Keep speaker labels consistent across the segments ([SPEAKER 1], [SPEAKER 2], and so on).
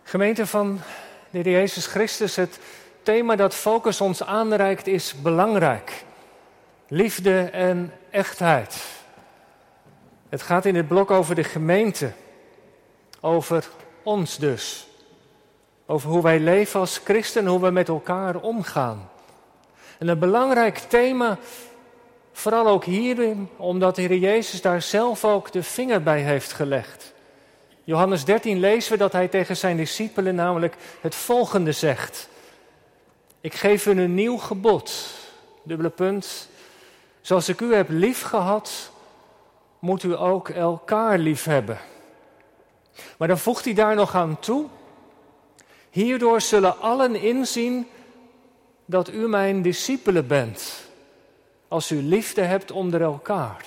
[SPEAKER 1] Gemeente van de Heer Jezus Christus, het thema dat Focus ons aanreikt is belangrijk. Liefde en echtheid. Het gaat in dit blok over de gemeente. Over ons dus. Over hoe wij leven als christen en hoe we met elkaar omgaan. En een belangrijk thema, vooral ook hierin, omdat de Heer Jezus daar zelf ook de vinger bij heeft gelegd. Johannes 13 lezen we dat hij tegen zijn discipelen namelijk het volgende zegt. Ik geef u een nieuw gebod, dubbele punt. Zoals ik u heb lief gehad, moet u ook elkaar lief hebben. Maar dan voegt hij daar nog aan toe. Hierdoor zullen allen inzien dat u mijn discipelen bent. Als u liefde hebt onder elkaar.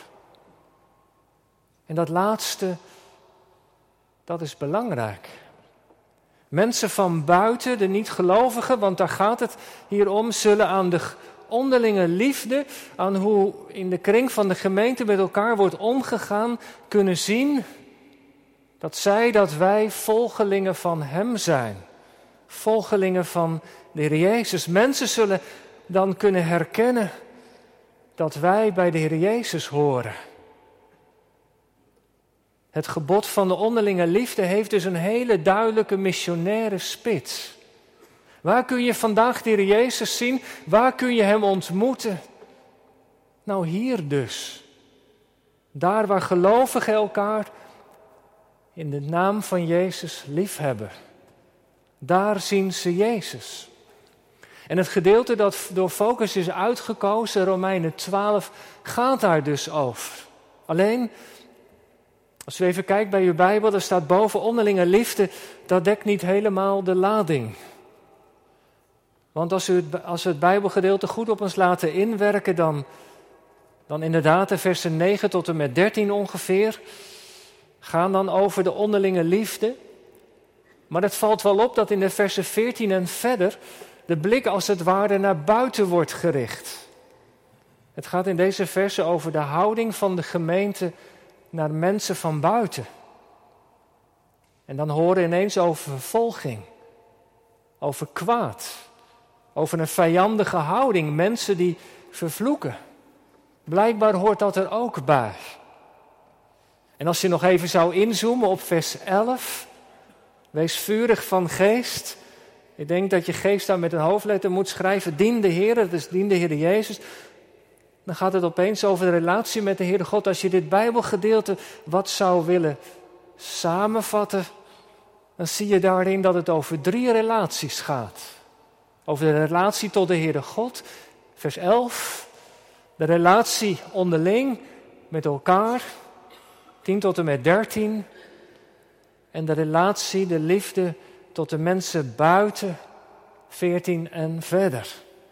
[SPEAKER 1] En dat laatste, dat is belangrijk. Mensen van buiten, de niet-gelovigen, want daar gaat het hier om, zullen aan de onderlinge liefde, aan hoe in de kring van de gemeente met elkaar wordt omgegaan, kunnen zien dat wij volgelingen van Hem zijn. Volgelingen van de Heer Jezus. Mensen zullen dan kunnen herkennen dat wij bij de Heer Jezus horen. Het gebod van de onderlinge liefde heeft dus een hele duidelijke missionaire spits. Waar kun je vandaag de Heer Jezus zien? Waar kun je Hem ontmoeten? Nou, hier dus. Daar waar gelovigen elkaar in de naam van Jezus liefhebben. Daar zien ze Jezus. En het gedeelte dat door Focus is uitgekozen, Romeinen 12, gaat daar dus over. Alleen, als u even kijkt bij uw Bijbel, er staat boven onderlinge liefde, dat dekt niet helemaal de lading. Want als we het Bijbelgedeelte goed op ons laten inwerken, dan inderdaad de versen 9 tot en met 13 ongeveer, gaan dan over de onderlinge liefde. Maar het valt wel op dat in de versen 14 en verder de blik als het ware naar buiten wordt gericht. Het gaat in deze versen over de houding van de gemeente naar mensen van buiten. En dan horen we ineens over vervolging, over kwaad, over een vijandige houding, mensen die vervloeken. Blijkbaar hoort dat er ook bij. En als je nog even zou inzoomen op vers 11, wees vurig van geest. Ik denk dat je geest daar met een hoofdletter moet schrijven. Dien de Heer, dat is dien de Heer Jezus. Dan gaat het opeens over de relatie met de Heere God. Als je dit Bijbelgedeelte wat zou willen samenvatten, dan zie je daarin dat het over 3 relaties gaat. Over de relatie tot de Heere God, vers 11. De relatie onderling met elkaar, 10 tot en met 13. En de relatie, de liefde tot de mensen buiten, 14 en verder.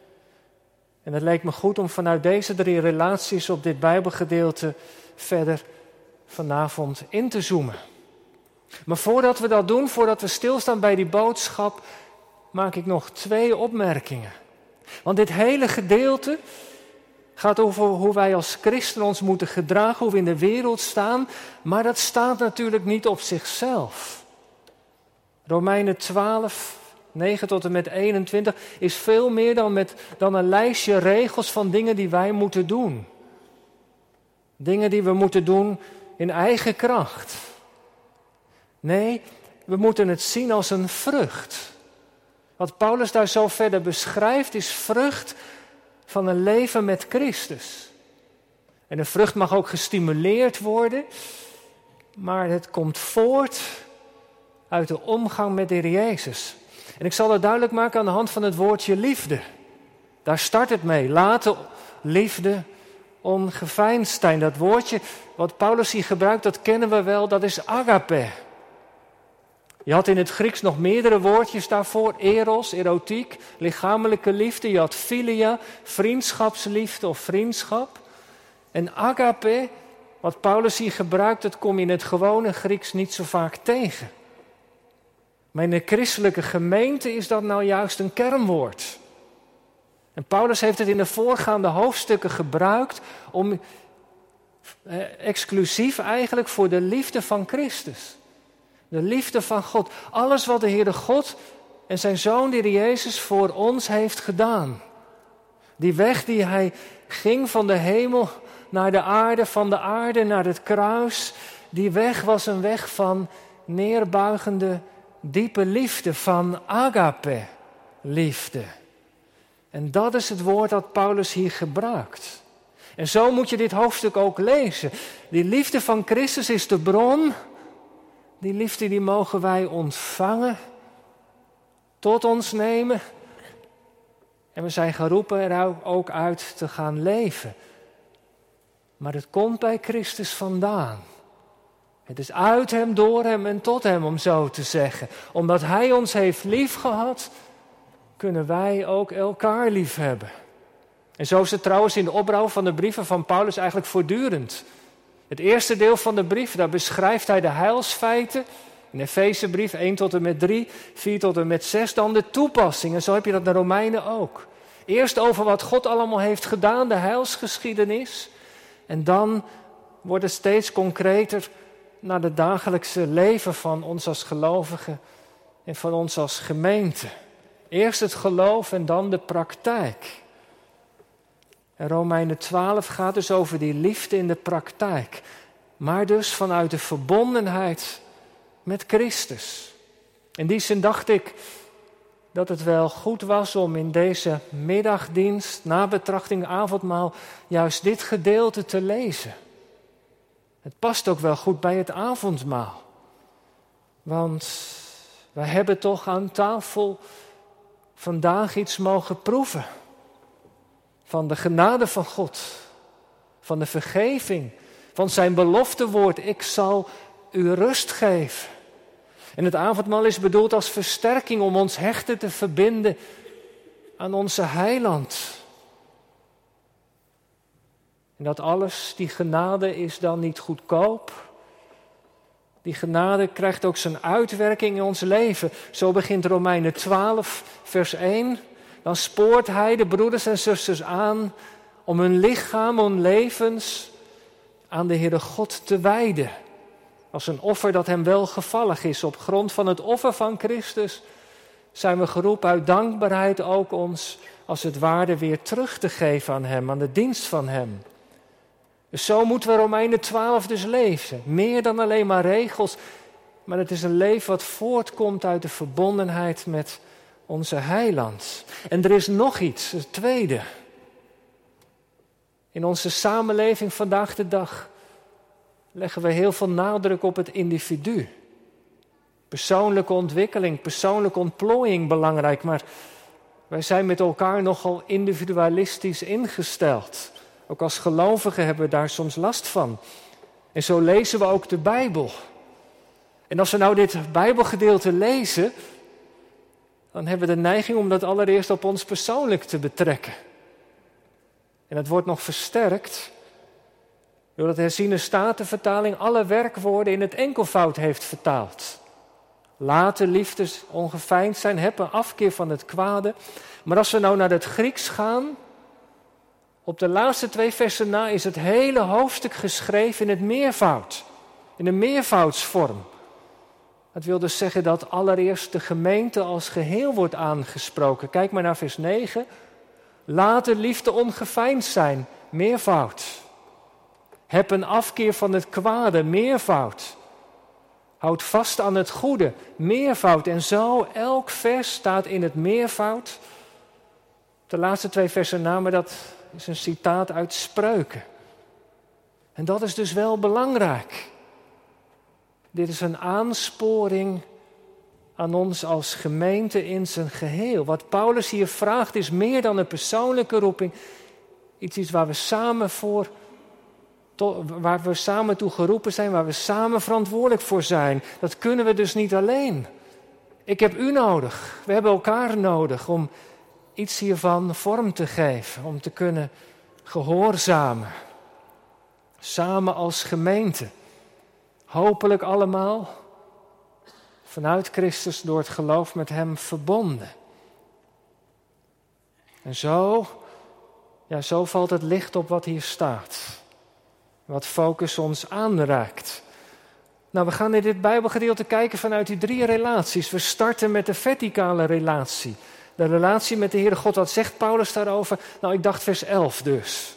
[SPEAKER 1] En het leek me goed om vanuit deze 3 relaties op dit Bijbelgedeelte verder vanavond in te zoomen. Maar voordat we dat doen, voordat we stilstaan bij die boodschap, maak ik nog 2 opmerkingen. Want dit hele gedeelte gaat over hoe wij als christen ons moeten gedragen, hoe we in de wereld staan. Maar dat staat natuurlijk niet op zichzelf. Romeinen 12, 9 tot en met 21 is veel meer dan een lijstje regels van dingen die wij moeten doen. Dingen die we moeten doen in eigen kracht. Nee, we moeten het zien als een vrucht. Wat Paulus daar zo verder beschrijft is vrucht van een leven met Christus. En de vrucht mag ook gestimuleerd worden, maar het komt voort uit de omgang met de Heer Jezus. En ik zal het duidelijk maken aan de hand van het woordje liefde. Daar start het mee. Laat de liefde ongeveinsd zijn. Dat woordje wat Paulus hier gebruikt, dat kennen we wel, dat is agape. Je had in het Grieks nog meerdere woordjes daarvoor. Eros, erotiek, lichamelijke liefde. Je had philia, vriendschapsliefde of vriendschap. En agape, wat Paulus hier gebruikt, dat kom je in het gewone Grieks niet zo vaak tegen. Maar in de christelijke gemeente is dat nou juist een kernwoord. En Paulus heeft het in de voorgaande hoofdstukken gebruikt om exclusief eigenlijk voor de liefde van Christus. De liefde van God. Alles wat de Heere God en zijn Zoon, de Heer Jezus, voor ons heeft gedaan. Die weg die hij ging van de hemel naar de aarde, van de aarde naar het kruis. Die weg was een weg van neerbuigende, diepe liefde, van agape liefde. En dat is het woord dat Paulus hier gebruikt. En zo moet je dit hoofdstuk ook lezen. Die liefde van Christus is de bron. Die liefde die mogen wij ontvangen, tot ons nemen. En we zijn geroepen er ook uit te gaan leven. Maar het komt bij Christus vandaan. Het is uit hem, door hem en tot hem, om zo te zeggen. Omdat hij ons heeft liefgehad, kunnen wij ook elkaar lief hebben. En zo is het trouwens in de opbouw van de brieven van Paulus eigenlijk voortdurend. Het eerste deel van de brief, daar beschrijft hij de heilsfeiten. In Efezebrief 1 tot en met 3, 4 tot en met 6, dan de toepassing. En zo heb je dat naar Romeinen ook. Eerst over wat God allemaal heeft gedaan, de heilsgeschiedenis. En dan wordt het steeds concreter naar het dagelijkse leven van ons als gelovigen en van ons als gemeente. Eerst het geloof en dan de praktijk. En Romeinen 12 gaat dus over die liefde in de praktijk. Maar dus vanuit de verbondenheid met Christus. In die zin dacht ik dat het wel goed was om in deze middagdienst, nabetrachting, avondmaal, juist dit gedeelte te lezen. Het past ook wel goed bij het avondmaal. Want wij hebben toch aan tafel vandaag iets mogen proeven. Van de genade van God. Van de vergeving. Van zijn beloftewoord. Ik zal u rust geven. En het avondmaal is bedoeld als versterking om ons hechter te verbinden aan onze heiland. En dat alles, die genade is dan niet goedkoop. Die genade krijgt ook zijn uitwerking in ons leven. Zo begint Romeinen 12, vers 1. Dan spoort hij de broeders en zusters aan om hun lichaam, hun levens aan de Heere God te wijden. Als een offer dat hem welgevallig is. Op grond van het offer van Christus zijn we geroepen uit dankbaarheid ook ons als het ware weer terug te geven aan hem, aan de dienst van hem. Dus zo moeten we Romeinen 12 dus lezen. Meer dan alleen maar regels, maar het is een leven wat voortkomt uit de verbondenheid met onze heiland. En er is nog iets, het tweede. In onze samenleving vandaag de dag leggen we heel veel nadruk op het individu. Persoonlijke ontwikkeling, persoonlijke ontplooiing belangrijk, maar wij zijn met elkaar nogal individualistisch ingesteld. Ook als gelovigen hebben we daar soms last van. En zo lezen we ook de Bijbel. En als we nou dit Bijbelgedeelte lezen, dan hebben we de neiging om dat allereerst op ons persoonlijk te betrekken. En dat wordt nog versterkt doordat de herziene statenvertaling alle werkwoorden in het enkelvoud heeft vertaald. Laten liefdes ongeveinsd zijn, heb een afkeer van het kwade. Maar als we nou naar het Grieks gaan, op de laatste 2 versen na is het hele hoofdstuk geschreven in het meervoud. In een meervoudsvorm. Dat wil dus zeggen dat allereerst de gemeente als geheel wordt aangesproken. Kijk maar naar vers 9. Laat de liefde ongeveinsd zijn, meervoud. Heb een afkeer van het kwade, meervoud. Houd vast aan het goede, meervoud. En zo, elk vers staat in het meervoud. De laatste 2 versen na, maar dat is een citaat uit Spreuken. En dat is dus wel belangrijk. Dit is een aansporing aan ons als gemeente in zijn geheel. Wat Paulus hier vraagt is meer dan een persoonlijke roeping. Iets waar we samen toe geroepen zijn, waar we samen verantwoordelijk voor zijn. Dat kunnen we dus niet alleen. Ik heb u nodig. We hebben elkaar nodig om iets hiervan vorm te geven. Om te kunnen gehoorzamen. Samen als gemeente. Hopelijk allemaal vanuit Christus door het geloof met hem verbonden. En zo valt het licht op wat hier staat. Wat focus ons aanraakt. Nou, we gaan in dit Bijbelgedeelte kijken vanuit die 3 relaties. We starten met de verticale relatie. De relatie met de Heere God. Wat zegt Paulus daarover? Nou, ik dacht vers 11 dus.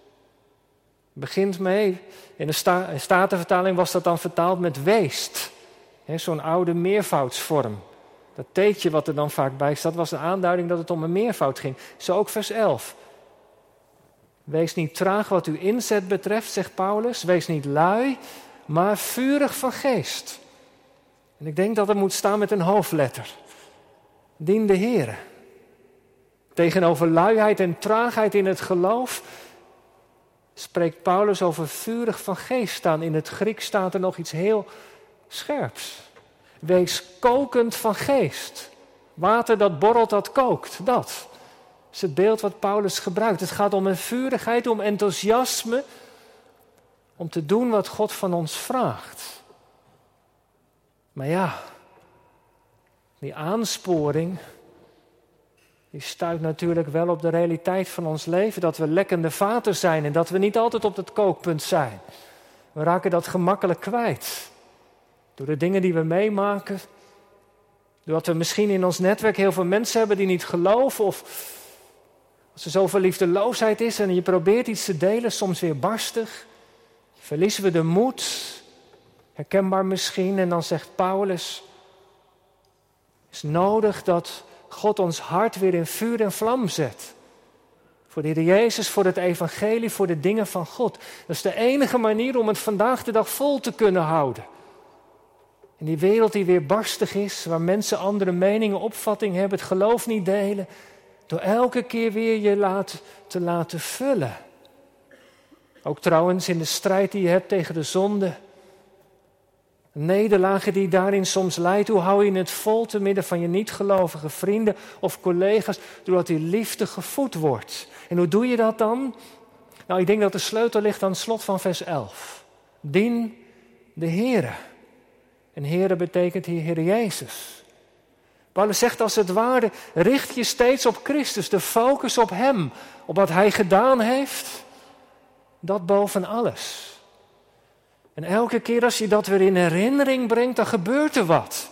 [SPEAKER 1] Begint mee, in de Statenvertaling was dat dan vertaald met weest. Zo'n oude meervoudsvorm. Dat teetje wat er dan vaak bij staat, was de aanduiding dat het om een meervoud ging. Zo ook vers 11. Wees niet traag wat uw inzet betreft, zegt Paulus. Wees niet lui, maar vurig van geest. En ik denk dat het moet staan met een hoofdletter. Dien de Heere. Tegenover luiheid en traagheid in het geloof spreekt Paulus over vurig van geest staan. In het Grieks staat er nog iets heel scherps. Wees kokend van geest. Water dat borrelt, dat kookt. Dat is het beeld wat Paulus gebruikt. Het gaat om een vurigheid, om enthousiasme, om te doen wat God van ons vraagt. Maar ja, die aansporing, die stuit natuurlijk wel op de realiteit van ons leven. Dat we lekkende vaten zijn en dat we niet altijd op het kookpunt zijn. We raken dat gemakkelijk kwijt. Door de dingen die we meemaken. Doordat we misschien in ons netwerk heel veel mensen hebben die niet geloven. Of als er zoveel liefdeloosheid is en je probeert iets te delen, soms weer barstig. Verliezen we de moed. Herkenbaar misschien. En dan zegt Paulus, het is nodig dat God ons hart weer in vuur en vlam zet. Voor de Heer Jezus, voor het evangelie, voor de dingen van God. Dat is de enige manier om het vandaag de dag vol te kunnen houden. In die wereld die weer barstig is, waar mensen andere meningen, opvattingen hebben, het geloof niet delen. Door elke keer weer je te laten vullen. Ook trouwens in de strijd die je hebt tegen de zonde. Nederlagen die daarin soms leidt. Hoe hou je het vol te midden van je niet-gelovige vrienden of collega's, doordat die liefde gevoed wordt. En hoe doe je dat dan? Nou, ik denk dat de sleutel ligt aan het slot van vers 11. Dien de Heere. En Heere betekent hier Heer Jezus. Paulus zegt als het ware, richt je steeds op Christus, de focus op Hem, op wat Hij gedaan heeft, dat boven alles. En elke keer als je dat weer in herinnering brengt, dan gebeurt er wat.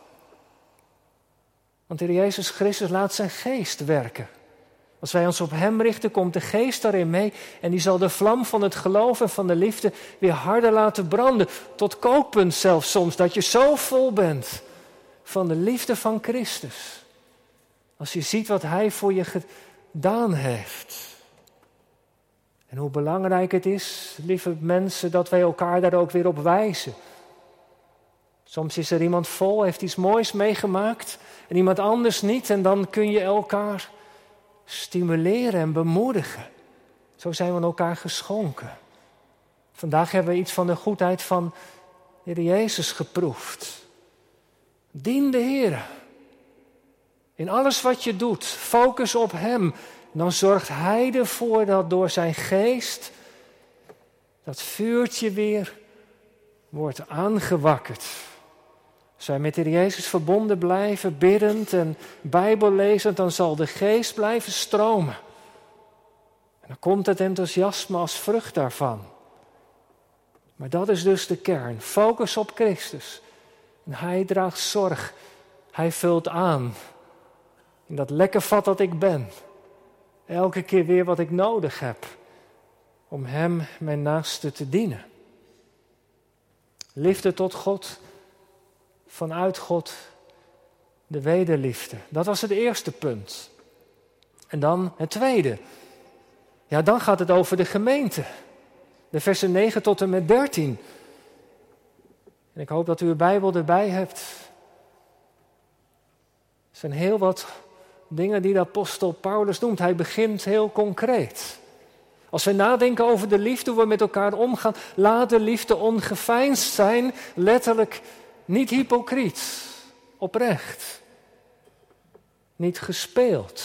[SPEAKER 1] Want Heer Jezus Christus laat zijn geest werken. Als wij ons op Hem richten, komt de geest daarin mee en die zal de vlam van het geloof en van de liefde weer harder laten branden. Tot kookpunt zelfs soms, dat je zo vol bent van de liefde van Christus. Als je ziet wat Hij voor je gedaan heeft. En hoe belangrijk het is, lieve mensen, dat wij elkaar daar ook weer op wijzen. Soms is er iemand vol, heeft iets moois meegemaakt en iemand anders niet. En dan kun je elkaar stimuleren en bemoedigen. Zo zijn we aan elkaar geschonken. Vandaag hebben we iets van de goedheid van de Heer Jezus geproefd. Dien de Heer. In alles wat je doet, focus op Hem. Dan zorgt Hij ervoor dat door zijn geest dat vuurtje weer wordt aangewakkerd. Als wij met de Heer Jezus verbonden blijven, biddend en bijbellezend, dan zal de geest blijven stromen. En dan komt het enthousiasme als vrucht daarvan. Maar dat is dus de kern. Focus op Christus. En Hij draagt zorg. Hij vult aan. In dat lekke vat dat ik ben. Elke keer weer wat ik nodig heb. Om Hem, mijn naaste, te dienen. Liefde tot God. Vanuit God. De wederliefde. Dat was het eerste punt. En dan het tweede. Ja, dan gaat het over de gemeente. De versen 9 tot en met 13. En ik hoop dat u uw Bijbel erbij hebt. Er zijn heel wat dingen die de apostel Paulus noemt. Hij begint heel concreet. Als we nadenken over de liefde, hoe we met elkaar omgaan, laat de liefde ongeveinsd zijn, letterlijk niet hypocriet, oprecht, niet gespeeld.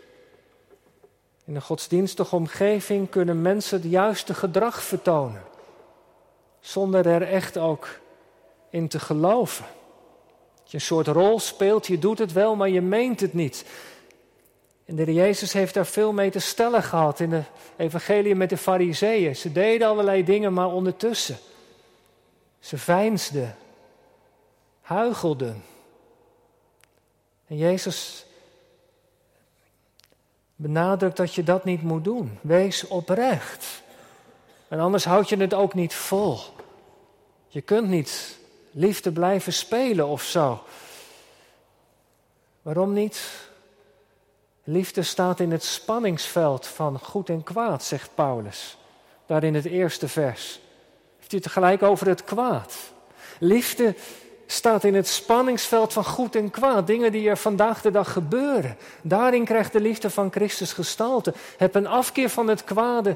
[SPEAKER 1] In een godsdienstige omgeving kunnen mensen het juiste gedrag vertonen, zonder er echt ook in te geloven. Dat je een soort rol speelt, je doet het wel, maar je meent het niet. En de Heer Jezus heeft daar veel mee te stellen gehad in de evangelie met de Farizeeën. Ze deden allerlei dingen, maar ondertussen Ze veinsden, huichelden. En Jezus benadrukt dat je dat niet moet doen. Wees oprecht. En anders houd je het ook niet vol. Je kunt niet liefde blijven spelen of zo. Waarom niet? Liefde staat in het spanningsveld van goed en kwaad, zegt Paulus. Daar in het eerste vers. Heeft u het tegelijk over het kwaad. Liefde staat in het spanningsveld van goed en kwaad. Dingen die er vandaag de dag gebeuren. Daarin krijgt de liefde van Christus gestalte. Heb een afkeer van het kwade.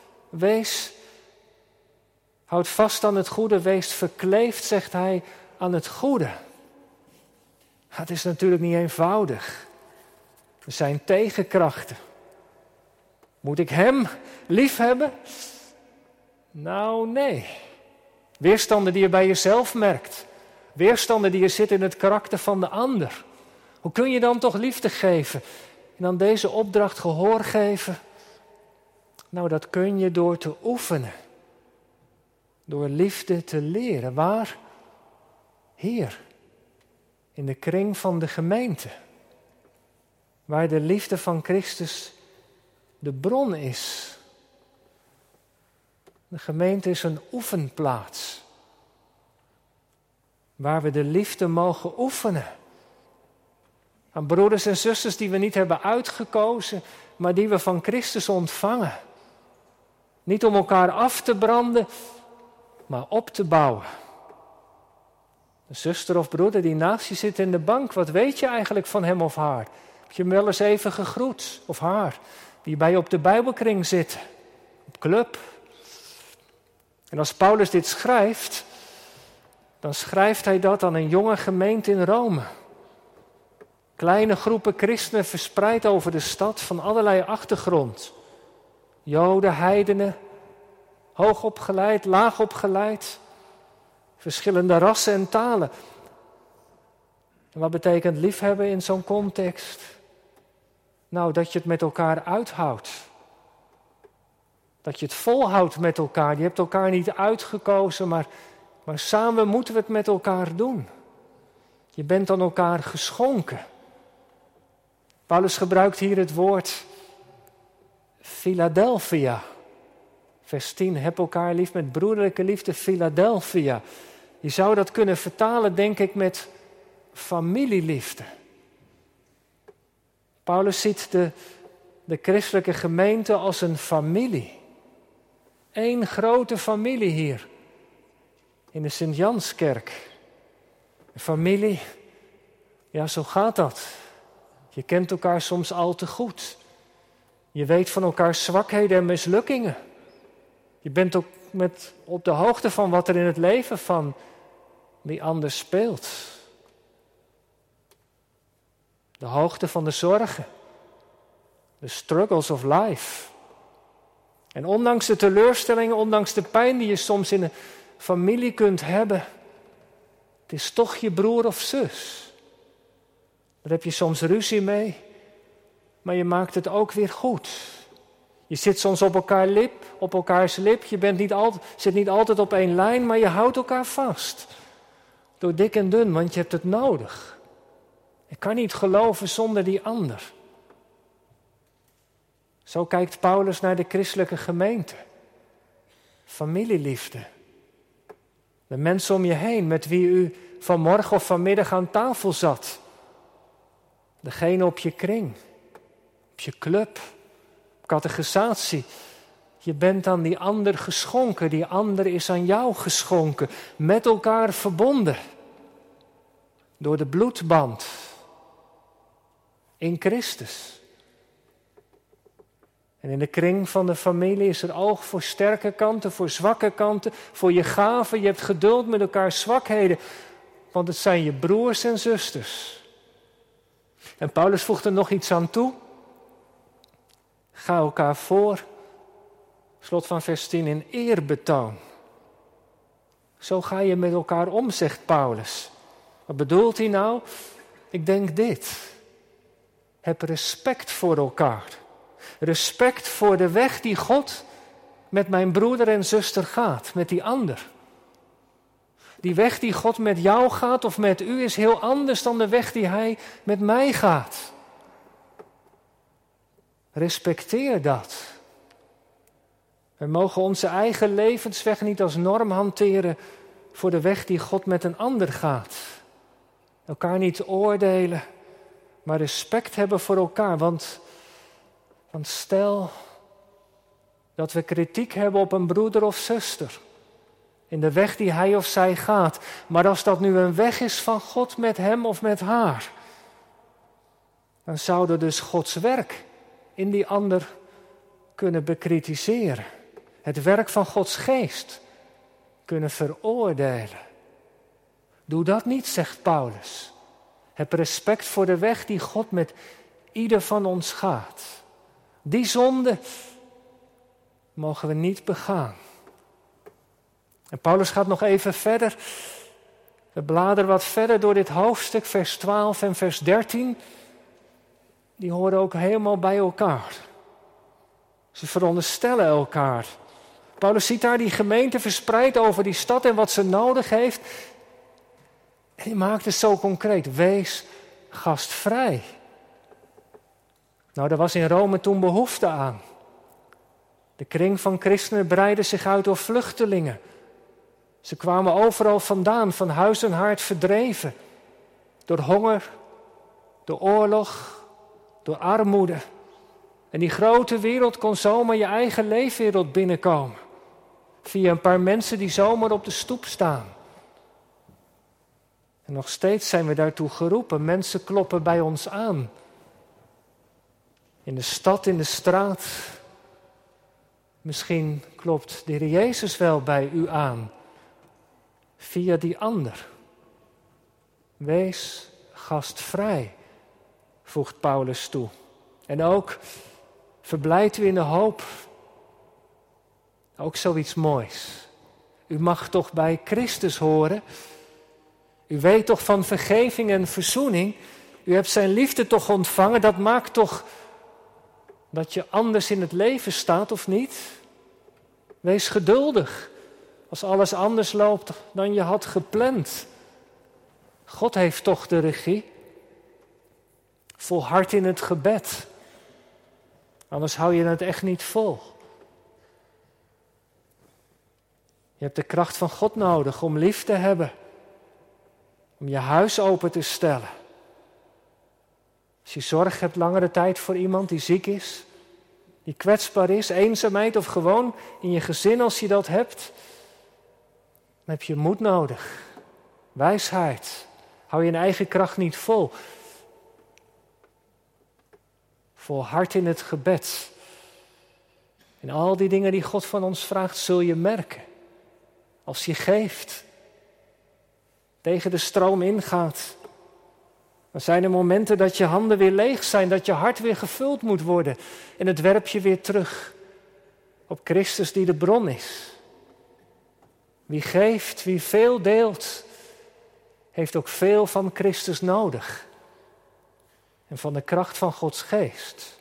[SPEAKER 1] Houd vast aan het goede. Wees verkleefd, zegt hij, aan het goede. Het is natuurlijk niet eenvoudig. Er zijn tegenkrachten. Moet ik hem lief hebben? Nou, nee. Weerstanden die je bij jezelf merkt. Weerstanden die er zitten in het karakter van de ander. Hoe kun je dan toch liefde geven? En aan deze opdracht gehoor geven? Nou, dat kun je door te oefenen. Door liefde te leren. Waar? Hier. In de kring van de gemeente. Waar de liefde van Christus de bron is. De gemeente is een oefenplaats. Waar we de liefde mogen oefenen. Aan broeders en zusters die we niet hebben uitgekozen, maar die we van Christus ontvangen. Niet om elkaar af te branden, maar op te bouwen. Een zuster of broeder die naast je zit in de bank, wat weet je eigenlijk van hem of haar? Heb je hem wel eens even gegroet, of haar? Die bij je op de Bijbelkring zit, op club. En als Paulus dit schrijft, dan schrijft hij dat aan een jonge gemeente in Rome. Kleine groepen christenen verspreid over de stad van allerlei achtergrond. Joden, heidenen, hoogopgeleid, laagopgeleid, verschillende rassen en talen. En wat betekent liefhebben in zo'n context? Nou, dat je het met elkaar uithoudt. Dat je het volhoudt met elkaar. Je hebt elkaar niet uitgekozen, maar samen moeten we het met elkaar doen. Je bent aan elkaar geschonken. Paulus gebruikt hier het woord Philadelphia. Vers 10, heb elkaar lief met broederlijke liefde, Philadelphia. Je zou dat kunnen vertalen, denk ik, met familieliefde. Paulus ziet de christelijke gemeente als een familie. Eén grote familie hier. In de Sint-Janskerk. Een familie, ja, zo gaat dat. Je kent elkaar soms al te goed. Je weet van elkaars zwakheden en mislukkingen. Je bent ook op de hoogte van wat er in het leven van die ander speelt. De hoogte van de zorgen. De struggles of life. En ondanks de teleurstellingen, ondanks de pijn die je soms in een familie kunt hebben, het is toch je broer of zus. Daar heb je soms ruzie mee, maar je maakt het ook weer goed. Je zit soms op elkaars lip. Je zit niet altijd op één lijn, maar je houdt elkaar vast. Door dik en dun, want je hebt het nodig. Je kan niet geloven zonder die ander. Zo kijkt Paulus naar de christelijke gemeente. Familieliefde. De mensen om je heen met wie u vanmorgen of vanmiddag aan tafel zat. Degene op je kring, op je club, catechisatie. Je bent aan die ander geschonken, die ander is aan jou geschonken. Met elkaar verbonden. Door de bloedband. In Christus. En in de kring van de familie is er oog voor sterke kanten, voor zwakke kanten, voor je gaven. Je hebt geduld met elkaars zwakheden, want het zijn je broers en zusters. En Paulus voegt er nog iets aan toe. Ga elkaar voor, slot van vers 10, in eerbetoon. Zo ga je met elkaar om, zegt Paulus. Wat bedoelt hij nou? Ik denk dit. Heb respect voor elkaar. Respect voor de weg die God met mijn broeder en zuster gaat, met die ander. Die weg die God met jou gaat of met u is heel anders dan de weg die Hij met mij gaat. Respecteer dat. We mogen onze eigen levensweg niet als norm hanteren voor de weg die God met een ander gaat. Elkaar niet oordelen, maar respect hebben voor elkaar. Want stel dat we kritiek hebben op een broeder of zuster in de weg die hij of zij gaat. Maar als dat nu een weg is van God met hem of met haar, dan zouden we dus Gods werk in die ander kunnen bekritiseren. Het werk van Gods geest kunnen veroordelen. Doe dat niet, zegt Paulus. Heb respect voor de weg die God met ieder van ons gaat. Die zonde mogen we niet begaan. En Paulus gaat nog even verder. We bladeren wat verder door dit hoofdstuk, vers 12 en vers 13. Die horen ook helemaal bij elkaar. Ze veronderstellen elkaar. Paulus ziet daar die gemeente verspreid over die stad en wat ze nodig heeft. En hij maakt het zo concreet. Wees gastvrij. Nou, daar was in Rome toen behoefte aan. De kring van christenen breidde zich uit door vluchtelingen. Ze kwamen overal vandaan, van huis en haard verdreven. Door honger, door oorlog, door armoede. En die grote wereld kon zomaar je eigen leefwereld binnenkomen. Via een paar mensen die zomaar op de stoep staan. En nog steeds zijn we daartoe geroepen. Mensen kloppen bij ons aan. In de stad, in de straat. Misschien klopt de Heer Jezus wel bij u aan. Via die ander. Wees gastvrij, voegt Paulus toe. En ook verblijd u in de hoop. Ook zoiets moois. U mag toch bij Christus horen. U weet toch van vergeving en verzoening. U hebt zijn liefde toch ontvangen. Dat maakt toch dat je anders in het leven staat, of niet? Wees geduldig. Als alles anders loopt dan je had gepland. God heeft toch de regie. Volhard in het gebed. Anders hou je het echt niet vol. Je hebt de kracht van God nodig om lief te hebben. Om je huis open te stellen. Als je zorg hebt langere tijd voor iemand die ziek is. Die kwetsbaar is, eenzaamheid of gewoon in je gezin als je dat hebt. Dan heb je moed nodig. Wijsheid. Hou je eigen kracht niet vol. Volhard in het gebed. En al die dingen die God van ons vraagt, zul je merken. Als je geeft. Tegen de stroom ingaat. Dan zijn er momenten dat je handen weer leeg zijn. Dat je hart weer gevuld moet worden. En het werp je weer terug. Op Christus die de bron is. Wie geeft, wie veel deelt. Heeft ook veel van Christus nodig. En van de kracht van Gods geest.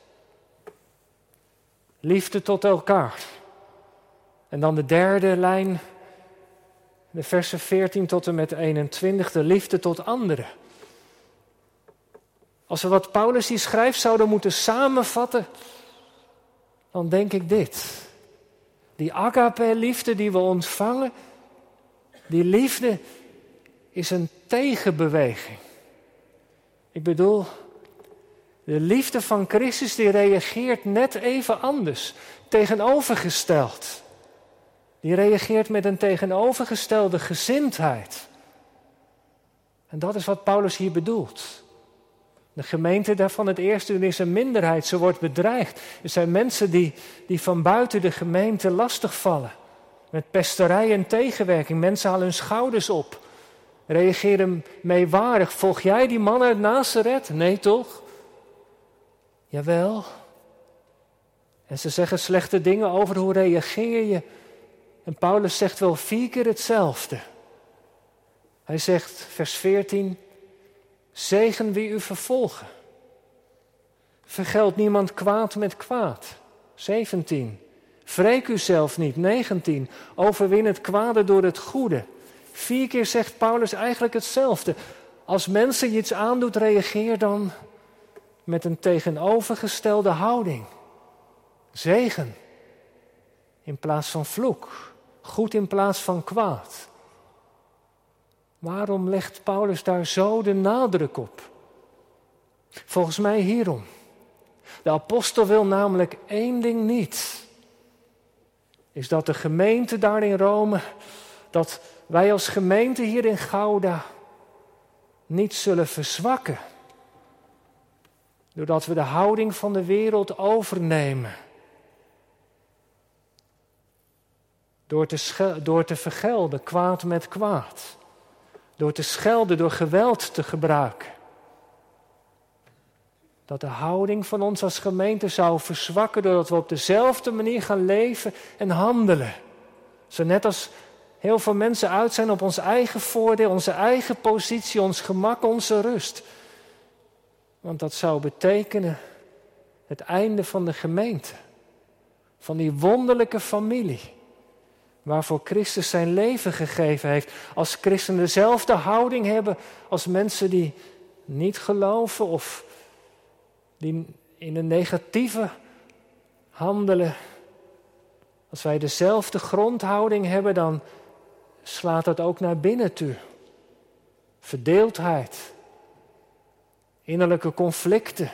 [SPEAKER 1] Liefde tot elkaar. En dan de derde lijn. De versen 14 tot en met 21. De liefde tot anderen. Als we wat Paulus hier schrijft zouden moeten samenvatten. Dan denk ik dit. Die agape-liefde die we ontvangen. Die liefde is een tegenbeweging. Ik bedoel, de liefde van Christus die reageert net even anders. Tegenovergesteld. Die reageert met een tegenovergestelde gezindheid. En dat is wat Paulus hier bedoelt. De gemeente daarvan het eerste uur is een minderheid. Ze wordt bedreigd. Er zijn mensen die van buiten de gemeente lastigvallen. Met pesterij en tegenwerking. Mensen halen hun schouders op. Reageren meewarig. Volg jij die man uit Nazareth? Nee toch? Jawel. En ze zeggen slechte dingen over hoe reageer je. En Paulus zegt wel 4 keer hetzelfde. Hij zegt, vers 14... Zegen wie u vervolgen. Vergeld niemand kwaad met kwaad. 17. Wreek uzelf niet. 19. Overwin het kwade door het goede. 4 keer zegt Paulus eigenlijk hetzelfde. Als mensen je iets aandoet, reageer dan met een tegenovergestelde houding. Zegen in plaats van vloek. Goed in plaats van kwaad. Waarom legt Paulus daar zo de nadruk op? Volgens mij hierom. De apostel wil namelijk 1 ding niet. Is dat de gemeente daar in Rome, dat wij als gemeente hier in Gouda niet zullen verzwakken. Doordat we de houding van de wereld overnemen. Door te vergelden, kwaad met kwaad. Door te schelden, door geweld te gebruiken. Dat de houding van ons als gemeente zou verzwakken doordat we op dezelfde manier gaan leven en handelen. Zo net als heel veel mensen uit zijn op ons eigen voordeel, onze eigen positie, ons gemak, onze rust. Want dat zou betekenen het einde van de gemeente. Van die wonderlijke familie. Waarvoor Christus zijn leven gegeven heeft. Als christenen dezelfde houding hebben als mensen die niet geloven of die in een negatieve handelen. Als wij dezelfde grondhouding hebben, dan slaat dat ook naar binnen toe. Verdeeldheid. Innerlijke conflicten.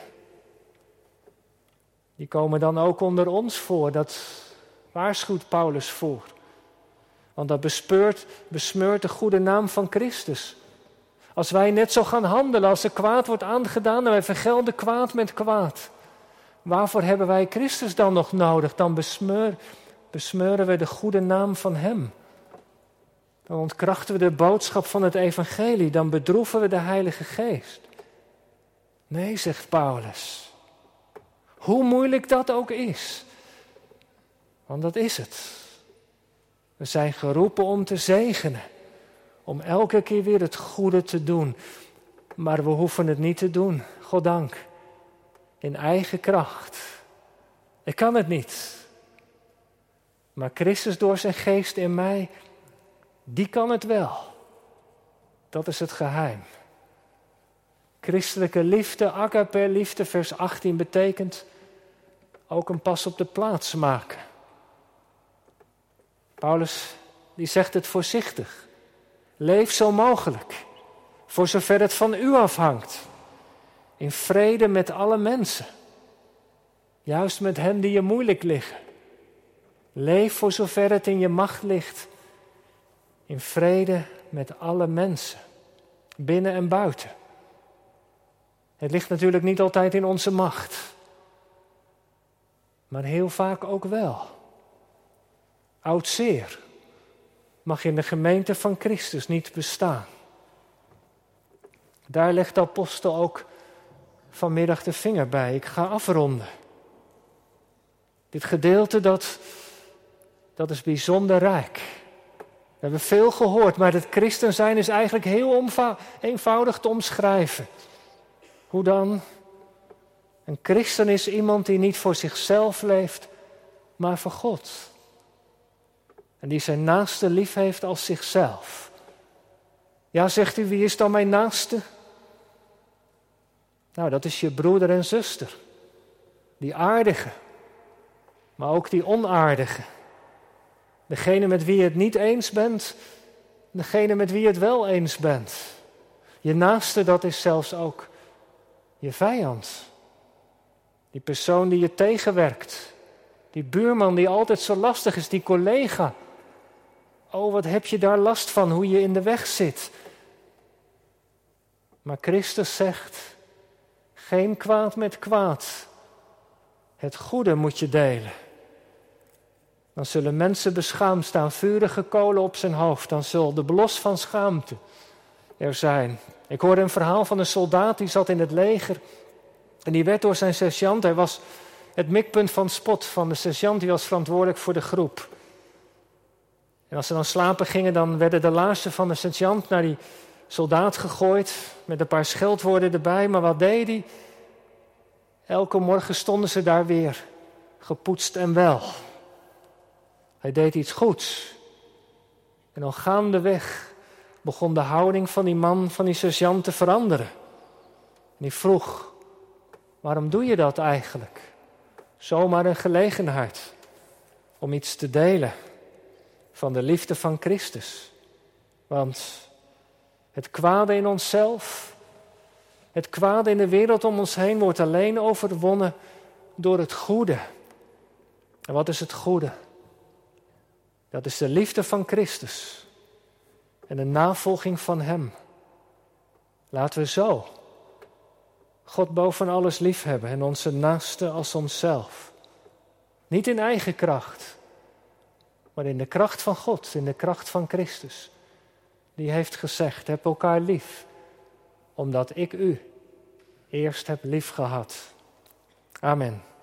[SPEAKER 1] Die komen dan ook onder ons voor. Dat waarschuwt Paulus voor. Want dat besmeurt de goede naam van Christus. Als wij net zo gaan handelen als er kwaad wordt aangedaan en wij vergelden kwaad met kwaad. Waarvoor hebben wij Christus dan nog nodig? Dan besmeuren we de goede naam van Hem. Dan ontkrachten we de boodschap van het evangelie. Dan bedroeven we de Heilige Geest. Nee, zegt Paulus. Hoe moeilijk dat ook is. Want dat is het. We zijn geroepen om te zegenen. Om elke keer weer het goede te doen. Maar we hoeven het niet te doen, goddank. In eigen kracht. Ik kan het niet. Maar Christus door zijn geest in mij, die kan het wel. Dat is het geheim. Christelijke liefde, agape liefde, vers 18 betekent ook een pas op de plaats maken. Paulus die zegt het voorzichtig. Leef zo mogelijk, voor zover het van u afhangt. In vrede met alle mensen. Juist met hen die je moeilijk liggen. Leef voor zover het in je macht ligt. In vrede met alle mensen. Binnen en buiten. Het ligt natuurlijk niet altijd in onze macht. Maar heel vaak ook wel. Oud zeer mag in de gemeente van Christus niet bestaan. Daar legt de apostel ook vanmiddag de vinger bij. Ik ga afronden. Dit gedeelte dat is bijzonder rijk. We hebben veel gehoord, maar het christen zijn is eigenlijk heel eenvoudig te omschrijven. Hoe dan? Een christen is iemand die niet voor zichzelf leeft, maar voor God. En die zijn naaste lief heeft als zichzelf. Ja, zegt u, wie is dan mijn naaste? Nou, dat is je broeder en zuster. Die aardige, maar ook die onaardige. Degene met wie je het niet eens bent, degene met wie je het wel eens bent. Je naaste, dat is zelfs ook je vijand. Die persoon die je tegenwerkt. Die buurman die altijd zo lastig is, die collega. Oh, wat heb je daar last van, hoe je in de weg zit. Maar Christus zegt, geen kwaad met kwaad. Het goede moet je delen. Dan zullen mensen beschaamd staan, vurige kolen op zijn hoofd. Dan zal de belos van schaamte er zijn. Ik hoorde een verhaal van een soldaat die zat in het leger. En die werd door zijn sergeant, hij was het mikpunt van spot van de sergeant, die was verantwoordelijk voor de groep. En als ze dan slapen gingen, dan werden de laarzen van de sergeant naar die soldaat gegooid. Met een paar scheldwoorden erbij. Maar wat deed hij? Elke morgen stonden ze daar weer, gepoetst en wel. Hij deed iets goeds. En al gaandeweg begon de houding van die man, van die sergeant te veranderen. En die vroeg, waarom doe je dat eigenlijk? Zomaar een gelegenheid om iets te delen van de liefde van Christus. Want het kwade in onszelf, het kwade in de wereld om ons heen wordt alleen overwonnen door het goede. En wat is het goede? Dat is de liefde van Christus en de navolging van Hem. Laten we zo God boven alles lief hebben en onze naaste als onszelf. Niet in eigen kracht, maar in de kracht van God, in de kracht van Christus. Die heeft gezegd, heb elkaar lief, omdat ik u eerst heb lief gehad. Amen.